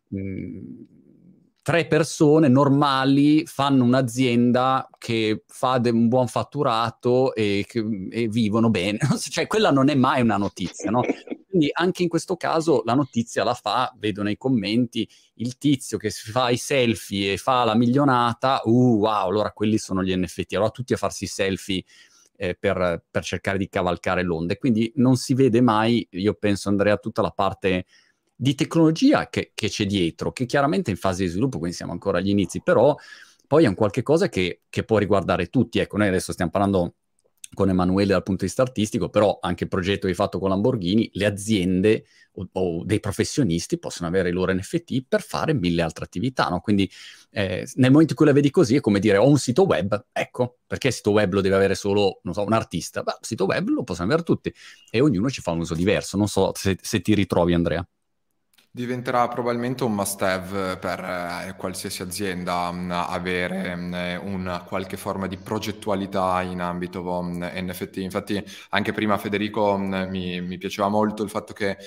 3 persone normali fanno un'azienda che fa un buon fatturato e vivono bene. Cioè, quella non è mai una notizia, no? Quindi anche in questo caso la notizia la fa, vedo nei commenti, il tizio che si fa i selfie e fa la milionata, wow, allora quelli sono gli NFT. Allora tutti a farsi i selfie per cercare di cavalcare l'onda. Quindi non si vede mai, io penso, Andrea, tutta la parte di tecnologia che c'è dietro, che chiaramente è in fase di sviluppo, quindi siamo ancora agli inizi, però poi è un qualche cosa che può riguardare tutti. Ecco, noi adesso stiamo parlando con Emanuele dal punto di vista artistico, però anche il progetto che hai fatto con Lamborghini, le aziende o dei professionisti possono avere i loro NFT per fare 1000 altre attività, no? Quindi nel momento in cui la vedi così è come dire ho un sito web, ecco, perché il sito web lo deve avere solo, non so, un artista? Beh, il sito web lo possono avere tutti e ognuno ci fa un uso diverso. Non so se ti ritrovi, Andrea. Diventerà probabilmente un must-have per qualsiasi azienda avere una qualche forma di progettualità in ambito NFT. Infatti anche prima Federico mi piaceva molto il fatto che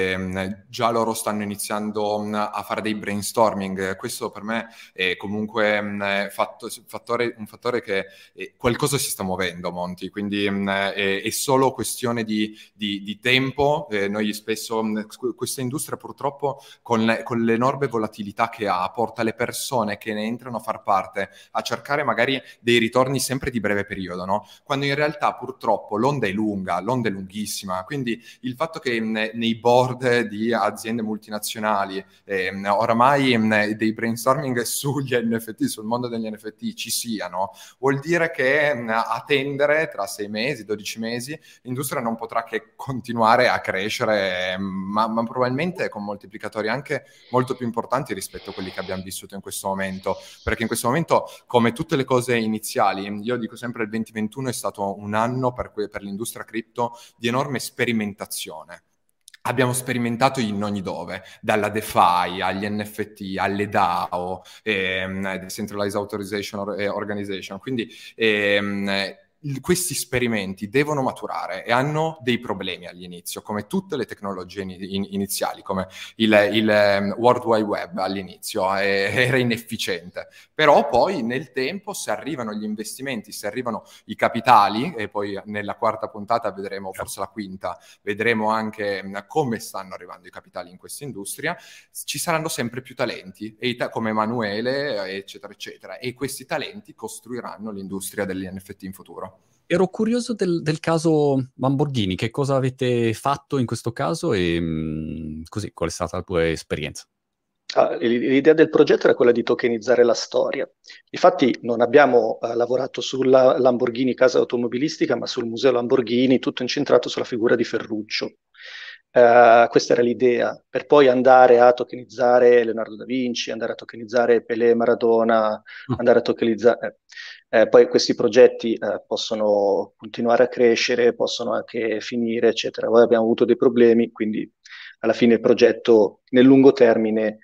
già loro stanno iniziando a fare dei brainstorming. Questo per me è comunque un fattore che qualcosa si sta muovendo, Monti, quindi è solo questione di tempo. Noi spesso questa industria purtroppo con l'enorme volatilità che ha, porta le persone che ne entrano a far parte a cercare magari dei ritorni sempre di breve periodo, no? Quando in realtà purtroppo l'onda è lunga, l'onda è lunghissima, quindi il fatto che nei board di aziende multinazionali oramai dei brainstorming sugli NFT, sul mondo degli NFT ci siano, vuol dire che a tendere tra 6 mesi, 12 mesi, l'industria non potrà che continuare a crescere, ma probabilmente con moltiplicatori anche molto più importanti rispetto a quelli che abbiamo vissuto in questo momento, perché in questo momento, come tutte le cose iniziali, io dico sempre il 2021 è stato un anno per l'industria cripto di enorme sperimentazione. Abbiamo sperimentato in ogni dove, dalla DeFi agli NFT, alle DAO, Decentralized Authorization Organization. Quindi questi esperimenti devono maturare e hanno dei problemi all'inizio, come tutte le tecnologie iniziali, come il World Wide Web all'inizio era inefficiente. Però poi nel tempo, se arrivano gli investimenti, se arrivano i capitali, e poi nella quarta puntata vedremo, forse la quinta, vedremo anche come stanno arrivando i capitali in questa industria, ci saranno sempre più talenti, come Emanuele, eccetera, eccetera, e questi talenti costruiranno l'industria degli NFT in futuro. Ero curioso del caso Lamborghini, che cosa avete fatto in questo caso e così, qual è stata la tua esperienza? L'idea del progetto era quella di tokenizzare la storia. Infatti non abbiamo lavorato sulla Lamborghini casa automobilistica, ma sul museo Lamborghini, tutto incentrato sulla figura di Ferruccio. Questa era l'idea, per poi andare a tokenizzare Leonardo da Vinci, andare a tokenizzare Pelé, Maradona, andare a tokenizzare... poi questi progetti possono continuare a crescere, possono anche finire, eccetera. Poi abbiamo avuto dei problemi, quindi alla fine il progetto nel lungo termine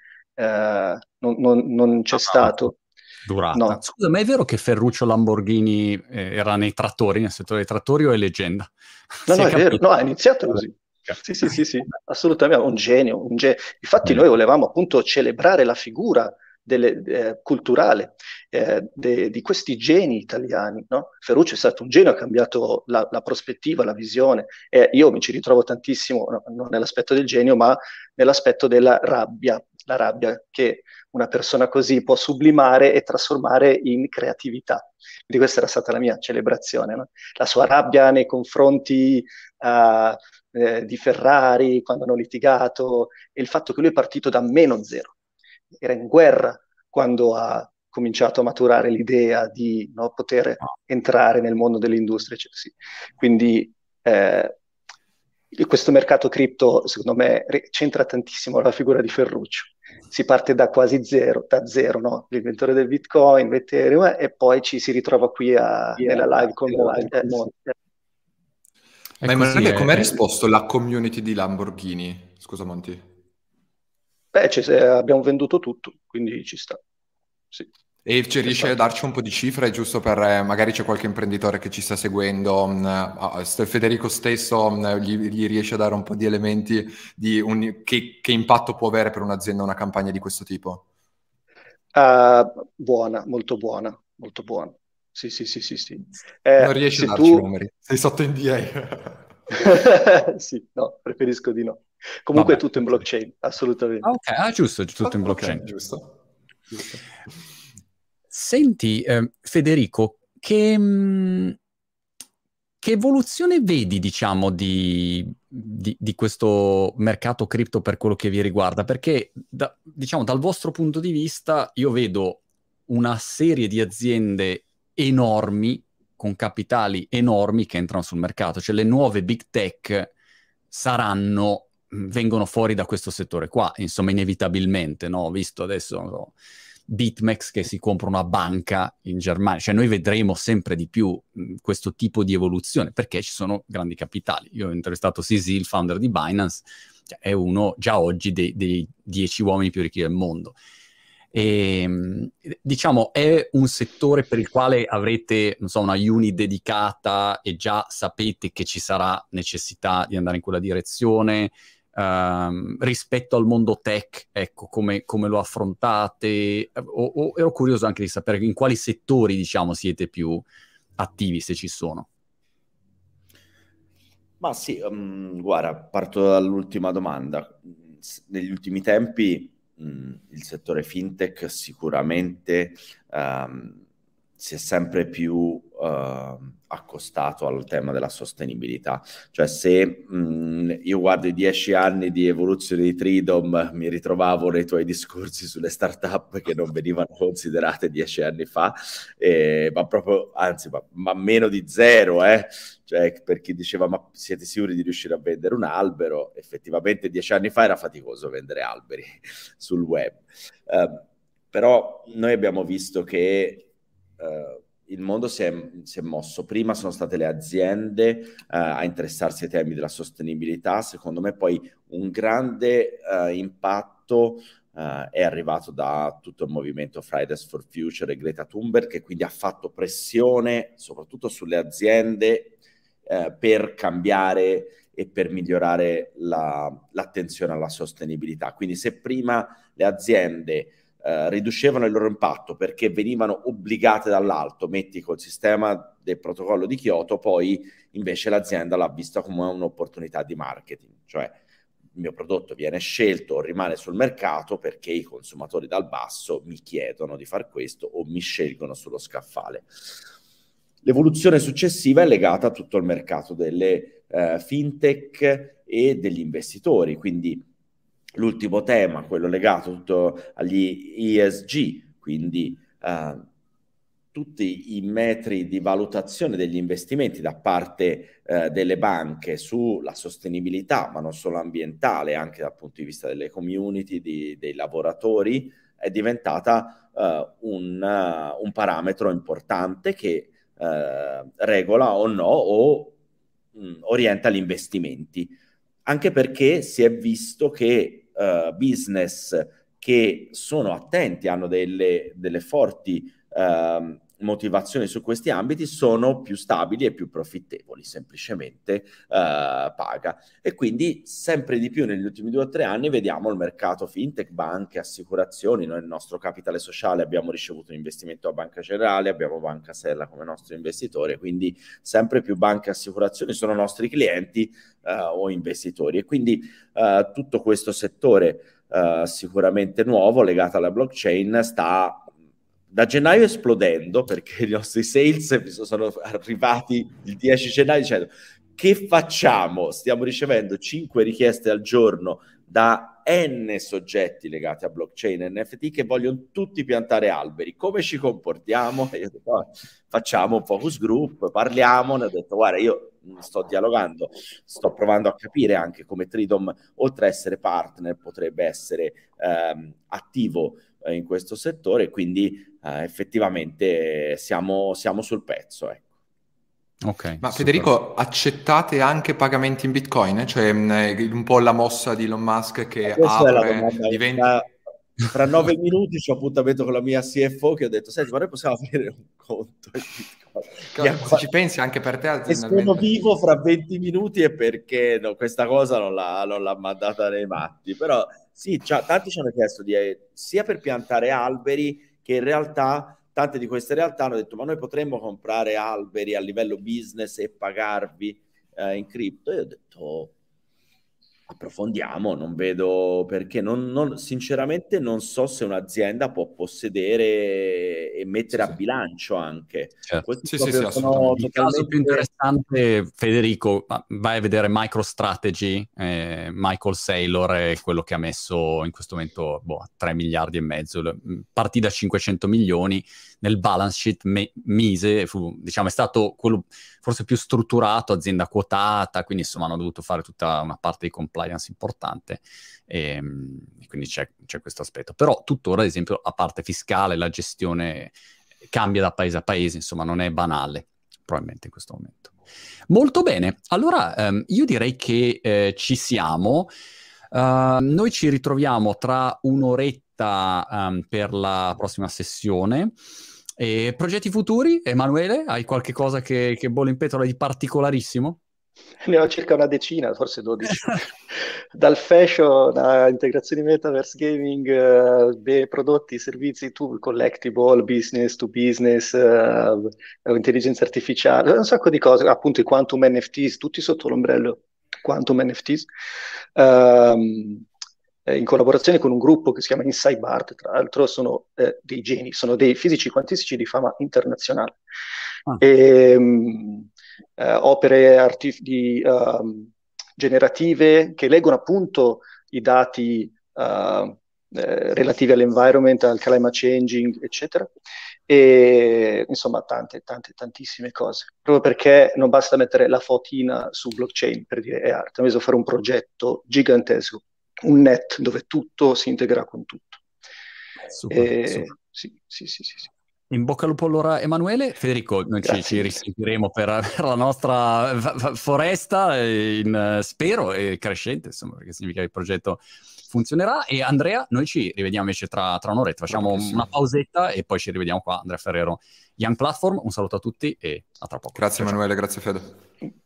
non c'è stato. Durata. No. Scusa, ma è vero che Ferruccio Lamborghini era nei trattori, nel settore dei trattori, o è leggenda? No, è vero, no, è iniziato così. Sì, assolutamente, un genio. Infatti noi volevamo appunto celebrare la figura culturale di questi geni italiani, no? Ferruccio è stato un genio, ha cambiato la prospettiva, la visione, e io mi ci ritrovo tantissimo, non nell'aspetto del genio, ma nell'aspetto della rabbia, la rabbia che una persona così può sublimare e trasformare in creatività. Quindi questa era stata la mia celebrazione, no? La sua rabbia nei confronti di Ferrari, quando hanno litigato, e il fatto che lui è partito da -0. Era in guerra quando ha cominciato a maturare l'idea di poter entrare nel mondo dell'industria. Sì. Quindi questo mercato cripto, secondo me, centra tantissimo la figura di Ferruccio. Si parte da quasi zero, no? L'inventore del Bitcoin, Ethereum, e poi ci si ritrova qui nella live con Monte. Ma così, Emanuele, come ha risposto la community di Lamborghini? Scusa, Monti. Beh, abbiamo venduto tutto, quindi ci sta. Sì, E c'è riesce a stato. darci un po' di cifre, giusto per magari c'è qualche imprenditore che ci sta seguendo, Federico stesso gli riesce a dare un po' di elementi di che impatto può avere per un'azienda una campagna di questo tipo? Buona, molto buona, molto buona. Sì, sì, sì, sì, sì. Non riesce a Se darci tu... numeri, sei sotto NDA. Sì, no, preferisco di no. Comunque è Vabbè. tutto in blockchain, Ah, assolutamente. ok, giusto, tutto in blockchain. Ok, giusto. Giusto. Senti, Federico, che evoluzione vedi, diciamo, di questo mercato cripto per quello che vi riguarda? Perché, diciamo, dal vostro punto di vista, io vedo una serie di aziende enormi, con capitali enormi, che entrano sul mercato. Cioè, le nuove big tech vengono fuori da questo settore qua, insomma, inevitabilmente, no? Ho visto adesso, no, BitMEX che si compra una banca in Germania, cioè noi vedremo sempre di più questo tipo di evoluzione, perché ci sono grandi capitali. Io ho intervistato CZ, il founder di Binance, cioè è uno già oggi dei 10 uomini più ricchi del mondo. E, diciamo, è un settore per il quale avrete, non so, una unit dedicata e già sapete che ci sarà necessità di andare in quella direzione. Rispetto al mondo tech, ecco, come lo affrontate? Ero curioso anche di sapere in quali settori, diciamo, siete più attivi, se ci sono. Ma sì, guarda, parto dall'ultima domanda. Negli ultimi tempi il settore fintech sicuramente si è sempre più accostato al tema della sostenibilità. Cioè se io guardo i 10 anni di evoluzione di Tridom, mi ritrovavo nei tuoi discorsi sulle startup che non venivano considerate 10 anni fa, ma proprio, anzi, ma meno di zero, cioè per chi diceva ma siete sicuri di riuscire a vendere un albero, effettivamente 10 anni fa era faticoso vendere alberi sul web. Però noi abbiamo visto che il mondo si è mosso. Prima sono state le aziende a interessarsi ai temi della sostenibilità. Secondo me poi un grande impatto è arrivato da tutto il movimento Fridays for Future e Greta Thunberg, che quindi ha fatto pressione soprattutto sulle aziende per cambiare e per migliorare l'attenzione alla sostenibilità. Quindi se prima le aziende riducevano il loro impatto perché venivano obbligate dall'alto, metti col sistema del protocollo di Kyoto, poi invece l'azienda l'ha vista come un'opportunità di marketing, cioè il mio prodotto viene scelto o rimane sul mercato perché i consumatori dal basso mi chiedono di far questo o mi scelgono sullo scaffale. L'evoluzione successiva è legata a tutto il mercato delle fintech e degli investitori, quindi l'ultimo tema, quello legato tutto agli ESG, quindi tutti i metri di valutazione degli investimenti da parte delle banche sulla sostenibilità, ma non solo ambientale, anche dal punto di vista delle community, dei lavoratori, è diventata un parametro importante che regola o no o orienta gli investimenti. Anche perché si è visto che business che sono attenti, hanno delle forti motivazioni su questi ambiti, sono più stabili e più profittevoli, semplicemente paga. E quindi sempre di più negli ultimi 2 o 3 anni vediamo il mercato fintech, banche, assicurazioni. Noi nel nostro capitale sociale abbiamo ricevuto un investimento a Banca Generale, abbiamo Banca Sella come nostro investitore, quindi sempre più banche e assicurazioni sono nostri clienti o investitori. E quindi tutto questo settore sicuramente nuovo legato alla blockchain sta da gennaio esplodendo, perché i nostri sales sono arrivati il 10 gennaio dicendo che facciamo? Stiamo ricevendo 5 richieste al giorno da N soggetti legati a blockchain e NFT che vogliono tutti piantare alberi. Come ci comportiamo? E io ho detto, facciamo un focus group, parliamo. Ne ho detto, guarda, io sto dialogando, sto provando a capire anche come Tridom, oltre a essere partner, potrebbe essere attivo in questo settore, quindi effettivamente siamo sul pezzo, ecco. Ok, Ma super. Federico, accettate anche pagamenti in Bitcoin? Cioè un po' la mossa di Elon Musk che Questa è la apre, domanda. diventa... Fra 9 minuti c'ho appuntamento con la mia CFO che ho detto, senti, ma noi possiamo aprire un conto in Bitcoin? Se ci pensi anche per te E sono aziendalmente... vivo fra 20 minuti e perché no, questa cosa non l'ha mandata nei matti. Però sì, tanti ci hanno chiesto sia per piantare alberi che in realtà tante di queste realtà hanno detto ma noi potremmo comprare alberi a livello business e pagarvi in cripto. E io ho detto approfondiamo, non vedo perché, sinceramente non so se un'azienda può possedere e mettere a Sì. bilancio anche. Certo. Questi Sì, proprio sono assolutamente. Il caso più totalmente... interessante, Federico, vai a vedere MicroStrategy, Michael Saylor è quello che ha messo in questo momento 3 miliardi e mezzo, partì da 500 milioni, nel balance sheet mise, diciamo, è stato quello forse più strutturato, azienda quotata, quindi insomma hanno dovuto fare tutta una parte di compliance importante, e quindi c'è questo aspetto. Però tuttora, ad esempio, la parte fiscale, la gestione cambia da paese a paese, insomma non è banale, probabilmente in questo momento. Molto bene, allora io direi che ci siamo. Noi ci ritroviamo tra un'oretta per la prossima sessione. E progetti futuri, Emanuele? Hai qualche cosa che bolle in pentola di particolarissimo? Ne ho circa una decina, forse 12. Dal fashion a integrazioni metaverse gaming, prodotti, servizi, tool, collectible, business to business, intelligenza artificiale, un sacco di cose, appunto i quantum NFTs, tutti sotto l'ombrello quantum NFTs, in collaborazione con un gruppo che si chiama Inside Bart, tra l'altro sono dei geni, sono dei fisici quantistici di fama internazionale. Opere generative che leggono appunto i dati relativi all'environment, al climate changing, eccetera. E insomma tantissime cose, proprio perché non basta mettere la fotina su blockchain per dire è arte, bisogna fare un progetto gigantesco, un net dove tutto si integra con tutto. Super. Sì. In bocca al lupo allora Emanuele. Federico, noi ci risentiremo per la nostra foresta, spero, crescente, insomma, perché significa che il progetto funzionerà. E Andrea, noi ci rivediamo invece tra un'oretta, facciamo una pausetta e poi ci rivediamo qua. Andrea Ferrero, Young Platform, un saluto a tutti e a tra poco. Grazie Ciao. Emanuele, grazie Fede.